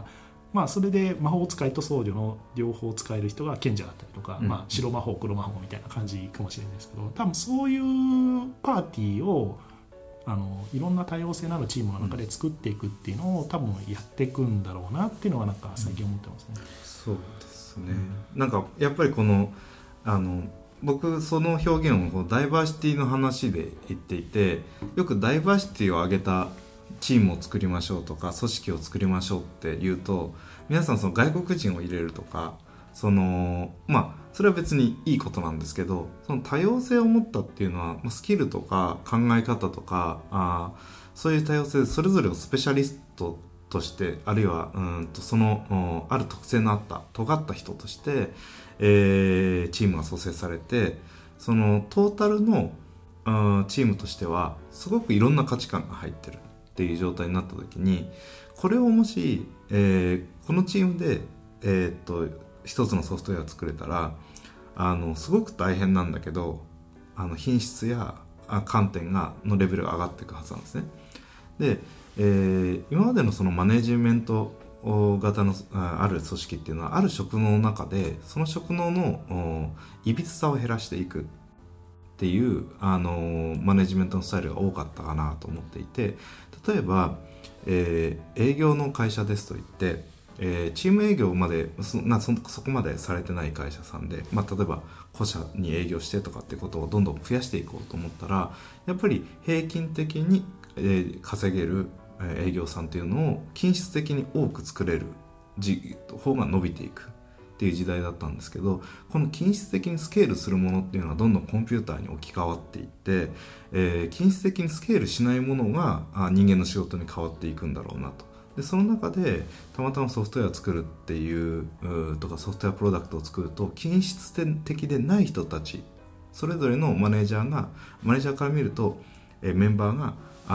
それで魔法使いと僧侶の両方使える人が賢者だったりとか、白魔法黒魔法みたいな感じかもしれないですけど、多分そういうパーティーをいろんな多様性のあるチームの中で作っていくっていうのを多分やっていくんだろうなっていうのはなんか最近思ってますね。 そうですね、なんかやっぱりこの僕その表現をダイバーシティの話で言っていて、よくダイバーシティを上げたチームを作りましょうとか組織を作りましょうって言うと、皆さんその外国人を入れるとかそれは別にいいことなんですけど、その多様性を持ったっていうのはスキルとか考え方とかそういう多様性でそれぞれをスペシャリストとして、あるいはそのある特性のあった尖った人として、チームが創生されて、そのトータルのチームとしてはすごくいろんな価値観が入ってるっていう状態になった時に、これをもし、このチームで、一つのソフトウェアを作れたらすごく大変なんだけど品質や観点のレベルが上がっていくはずなんですね。で、今までのそのマネジメント型のある組織っていうのはある職能の中でその職能のいびつさを減らしていくっていうマネジメントのスタイルが多かったかなと思っていて、例えば、営業の会社ですといって、チーム営業までそこまでされてない会社さんで、例えば個社に営業してとかっていうことをどんどん増やしていこうと思ったら、やっぱり平均的に、稼げる営業さんっていうのを均質的に多く作れる方が伸びていくっていう時代だったんですけど、この均質的にスケールするものっていうのはどんどんコンピューターに置き換わっていって、均質的にスケールしないものが人間の仕事に変わっていくんだろうなと。でその中でたまたまソフトウェアを作るっていうとかソフトウェアプロダクトを作ると、均質的でない人たちそれぞれのマネージャーから見ると、メンバーが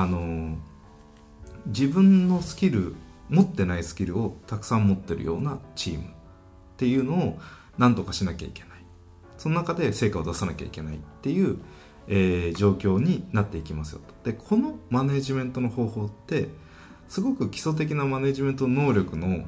自分の持ってないスキルをたくさん持ってるようなチームっていうのを何とかしなきゃいけない、その中で成果を出さなきゃいけないっていう、状況になっていきますよと。でこのマネジメントの方法ってすごく基礎的なマネジメント能力の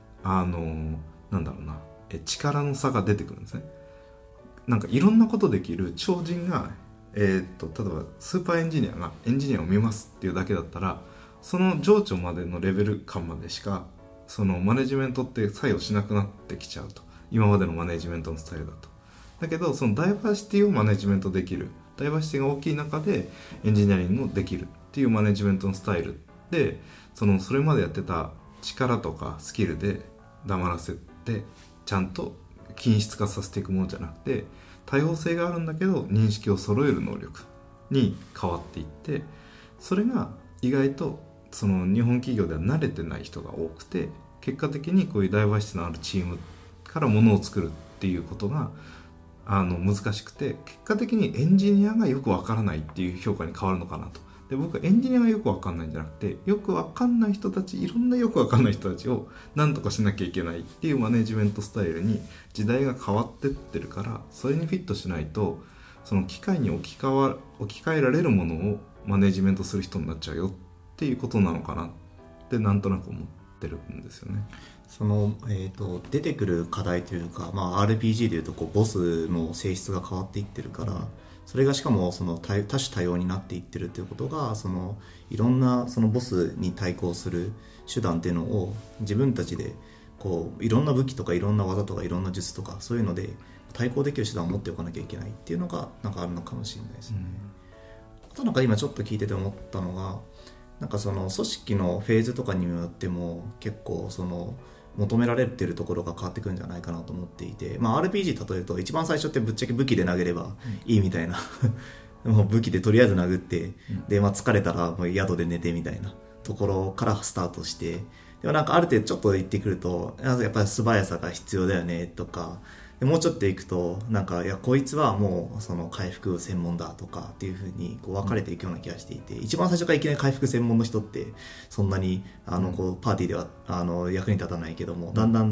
力の差が出てくるんですね。なんかいろんなことできる超人が、例えばスーパーエンジニアがエンジニアを見ますっていうだけだったら、その情緒までのレベル感までしかそのマネジメントって作用しなくなってきちゃうと、今までのマネジメントのスタイルだと。だけどそのダイバーシティをマネジメントできる、ダイバーシティが大きい中でエンジニアリングもできるっていうマネジメントのスタイルで、それまでやってた力とかスキルで黙らせてちゃんと均質化させていくものじゃなくて、多様性があるんだけど認識を揃える能力に変わっていって、それが意外とその日本企業では慣れてない人が多くて、結果的にこういうダイバーシティのあるチームからものを作るっていうことが難しくて、結果的にエンジニアがよくわからないっていう評価に変わるのかなと。で僕はエンジニアがよくわかんないんじゃなくて、よくわかんない人たち、いろんなよくわかんない人たちを何とかしなきゃいけないっていうマネジメントスタイルに時代が変わってってるから、それにフィットしないとその機械に置き換えられるものをマネジメントする人になっちゃうよっていうことなのかなってなんとなく思ってるんですよね。 出てくる課題というか、RPG でいうとボスの性質が変わっていってるから、それがしかも多種多様になっていってるということが、いろんなボスに対抗する手段っていうのを自分たちでいろんな武器とかいろんな技とかいろんな術とかそういうので対抗できる手段を持っておかなきゃいけないっていうのがあるのかもしれないですね。あと今ちょっと聞いてて思ったのが、組織のフェーズとかによっても結構求められているところが変わってくるんじゃないかなと思っていて、RPG 例えると一番最初ってぶっちゃけ武器で投げればいいみたいなもう武器でとりあえず殴って、で、疲れたらもう宿で寝てみたいなところからスタートして、でもある程度ちょっと言ってくるとやっぱり素早さが必要だよねとか、でもうちょっといくといやこいつはもう回復専門だとかっていう風に分かれていくような気がしていて、一番最初からいきなり回復専門の人ってそんなにパーティーでは役に立たないけども、だんだん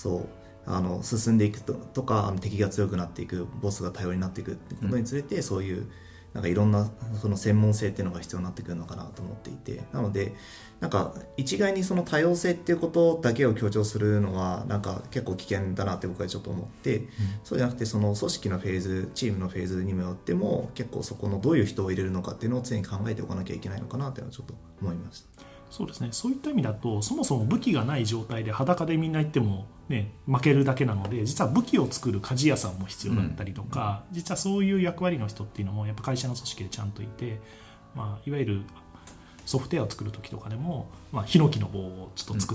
進んでいくとか敵が強くなっていく、ボスが多様になっていくってことにつれて、そういうなんかいろんなその専門性っていうのが必要になってくるのかなと思っていて、なのでなんか一概にその多様性っていうことだけを強調するのはなんか結構危険だなって僕はちょっと思って、そうじゃなくてその組織のフェーズ、チームのフェーズにもよっても結構そこのどういう人を入れるのかっていうのを常に考えておかなきゃいけないのかなっていうのはちょっと思いました。 そうですね、そういった意味だとそもそも武器がない状態で裸でみんな行っても、ね、負けるだけなので、実は武器を作る鍛冶屋さんも必要だったりとか、実はそういう役割の人っていうのもやっぱ会社の組織でちゃんといて、いわゆるソフトウェアを作る時とかでも、ヒノキの棒をちょっと作って、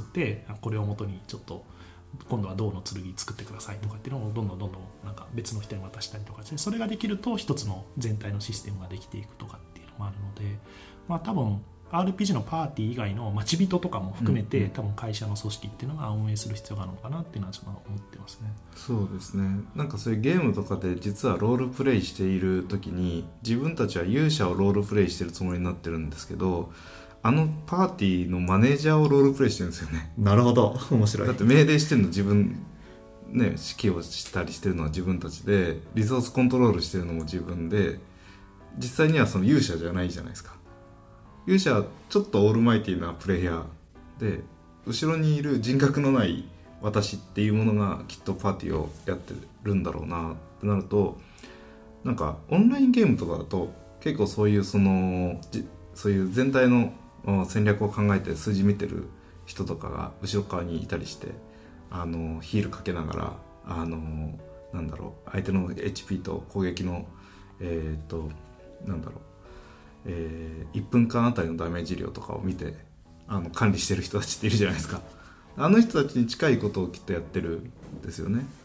これを元にちょっと今度は銅の剣作ってくださいとかっていうのをどんどんなんか別の人に渡したりとかして、それができると一つの全体のシステムができていくとかっていうのもあるので、多分RPG のパーティー以外の待ち人とかも含めて、多分会社の組織っていうのが運営する必要があるのかなっていうのはちょっと思ってますね。 そうですね。なんかそういうゲームとかで実はロールプレイしている時に自分たちは勇者をロールプレイしてるつもりになってるんですけど、パーティーのマネージャーをロールプレイしてるんですよね。 なるほど、面白い。 だって命令してるの自分ね、指揮をしたりしてるのは自分たちで、リソースコントロールしてるのも自分で、実際にはその勇者じゃないじゃないですか。勇者はちょっとオールマイティなプレイヤーで、後ろにいる人格のない私っていうものがきっとパーティーをやってるんだろうなってなると、なんかオンラインゲームとかだと結構そういうそういう全体の戦略を考えて数字見てる人とかが後ろ側にいたりして、ヒールかけながらなんだろう、相手の HP と攻撃のなんだろう、1分間あたりのダメージ量とかを見て管理してる人たちっているじゃないですか。あの人たちに近いことをきっとやってるんですよね。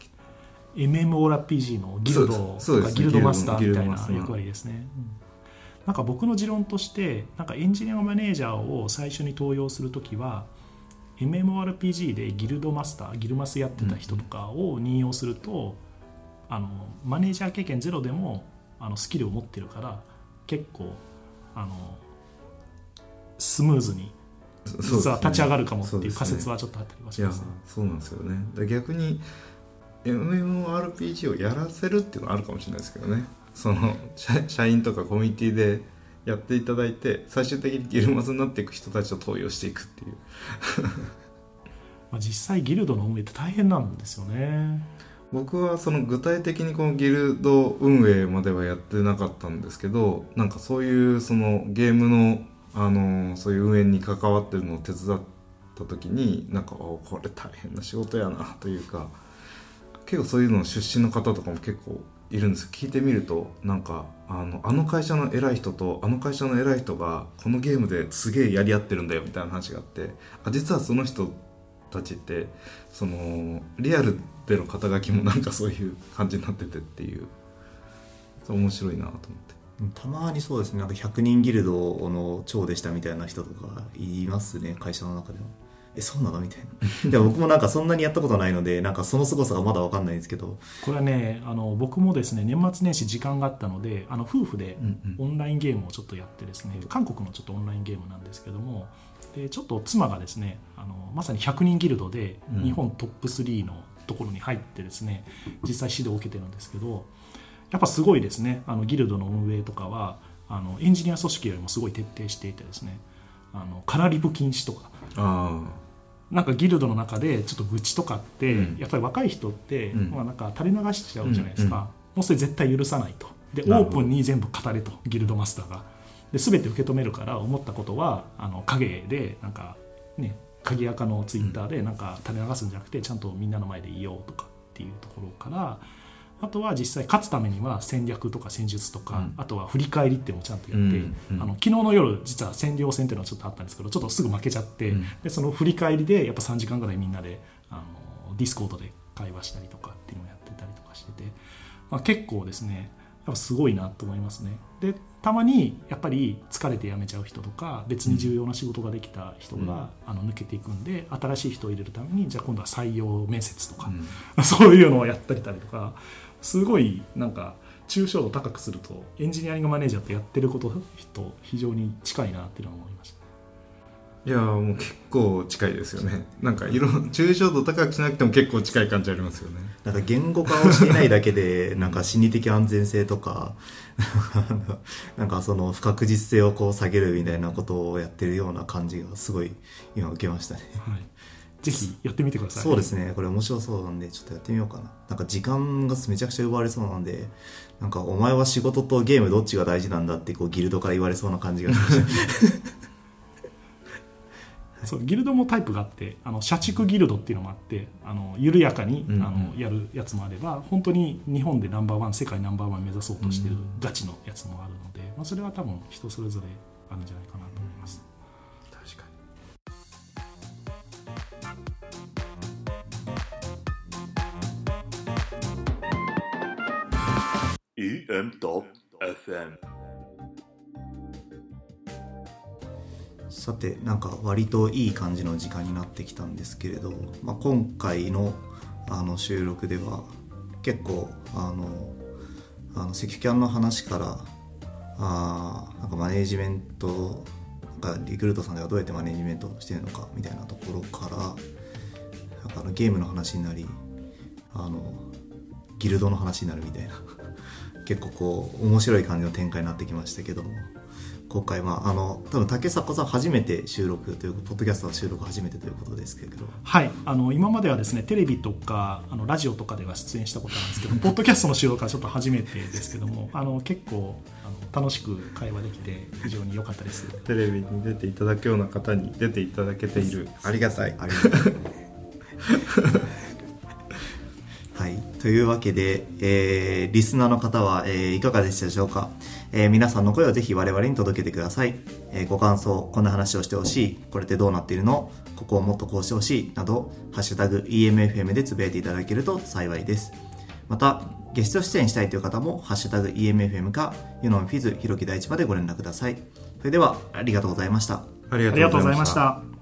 MMORPG のギルドとかギルドマスターみたいな役割ですね。なんか僕の持論として、なんかエンジニアマネージャーを最初に登用するときは MMORPG でギルドマスター、ギルマスやってた人とかを任用すると、マネージャー経験ゼロでもスキルを持ってるから結構スムーズに実は立ち上がるかもっていう仮説はちょっとあったりはしますね。 そうなんですよね。逆に MMORPG をやらせるっていうのはあるかもしれないですけどね。その社員とかコミュニティでやっていただいて、最終的にギルマスになっていく人たちを登用していくっていう実際ギルドの運営って大変なんですよね。 僕はその具体的にこのギルド運営まではやってなかったんですけど、なんかそういうそのゲームのそういう運営に関わってるのを手伝った時に、なんかこれ大変な仕事やなというか、結構そういうの出身の方とかも結構いるんです。聞いてみると、なんかあの会社の偉い人とあの会社の偉い人がこのゲームですげえやり合ってるんだよみたいな話があって、実はその人たちってそのリアルでの肩書きもなんかそういう感じになっててっていう、面白いなと思って。 たまにそうですね、なんか100人ギルドの長でしたみたいな人とかいますね、会社の中でも。そうなのみたいな。でも僕もなんかそんなにやったことないので、なんかその凄さがまだ分かんないんですけど、 これはね、僕もですね、年末年始時間があったので、夫婦でオンラインゲームをちょっとやってですね、韓国のちょっとオンラインゲームなんですけども、でちょっと妻がですね、まさに100人ギルドで日本トップ3のところに入ってですね、実際指導を受けてるんですけど、やっぱすごいですね。ギルドの運営とかはエンジニア組織よりもすごい徹底していてですね、カラリブ禁止とか、なんかギルドの中でちょっと愚痴とかって、やっぱり若い人って、なんか垂れ流しちゃうじゃないですか。もうそれ絶対許さないと。でオープンに全部語れと、ギルドマスターがで全て受け止めるから、思ったことは影でなんかね、鍵垢のツイッターでなんか垂れ流すんじゃなくて、ちゃんとみんなの前で言おうとかっていうところから、あとは実際勝つためには戦略とか戦術とか、あとは振り返りっていうのをちゃんとやって、昨日の夜実は占領戦っていうのはちょっとあったんですけど、ちょっとすぐ負けちゃって、でその振り返りでやっぱ3時間ぐらいみんなでディスコードで会話したりとかっていうのをやってたりとかしてて、結構ですね、やっぱすごいなと思いますね。でたまにやっぱり疲れて辞めちゃう人とか、別に重要な仕事ができた人が抜けていくんで、新しい人を入れるためにじゃあ今度は採用面接とか、そういうのをやったりとか、すごいなんか抽象度高くするとエンジニアリングマネージャーってやってることと非常に近いなっていうのを思いました。 いやもう結構近いですよね。なんか抽象度高くしなくても結構近い感じありますよね。 なんか言語化をしていないだけでなんか心理的安全性とかなんかその不確実性をこう下げるみたいなことをやってるような感じがすごい今受けましたね。 はい、ぜひやってみてください。 そうですね、これ面白そうなんでちょっとやってみようかな。なんか時間がめちゃくちゃ奪われそうなんで、なんかお前は仕事とゲームどっちが大事なんだってこうギルドから言われそうな感じがしましたそうギルドもタイプがあって、社畜ギルドっていうのもあって、緩やかに、やるやつもあれば、本当に日本でナンバーワン、世界ナンバーワン目指そうとしてるガチのやつもあるので、それは多分人それぞれあるんじゃないかなと思います。 確かに。EM.FM。さて、なんか割といい感じの時間になってきたんですけれど、今回の収録では結構セキュキャンの話からなんかマネージメントなんかリクルートさんではどうやってマネージメントをしているのかみたいなところからなんかゲームの話になりギルドの話になるみたいな結構こう面白い感じの展開になってきましたけども、今回は多分竹迫さん初めて収録というポッドキャストの収録初めてということですけど、 はい、今まではですねテレビとかラジオとかでは出演したことなんですけどポッドキャストの収録はちょっと初めてですけども結構楽しく会話できて非常に良かったです。 テレビに出ていただくような方に出ていただけている、ありがたいありがたいはい、というわけで、リスナーの方はいかがでしたでしょうか。皆さんの声をぜひ我々に届けてください。ご感想、こんな話をしてほしい、これってどうなっているの、ここをもっとこうしてほしいなど、ハッシュタグ EMFM でつぶやいていただけると幸いです。またゲスト出演したいという方もハッシュタグ EMFM かユノンフィズひろき大地までご連絡ください。それではありがとうございました。 ありがとうございました。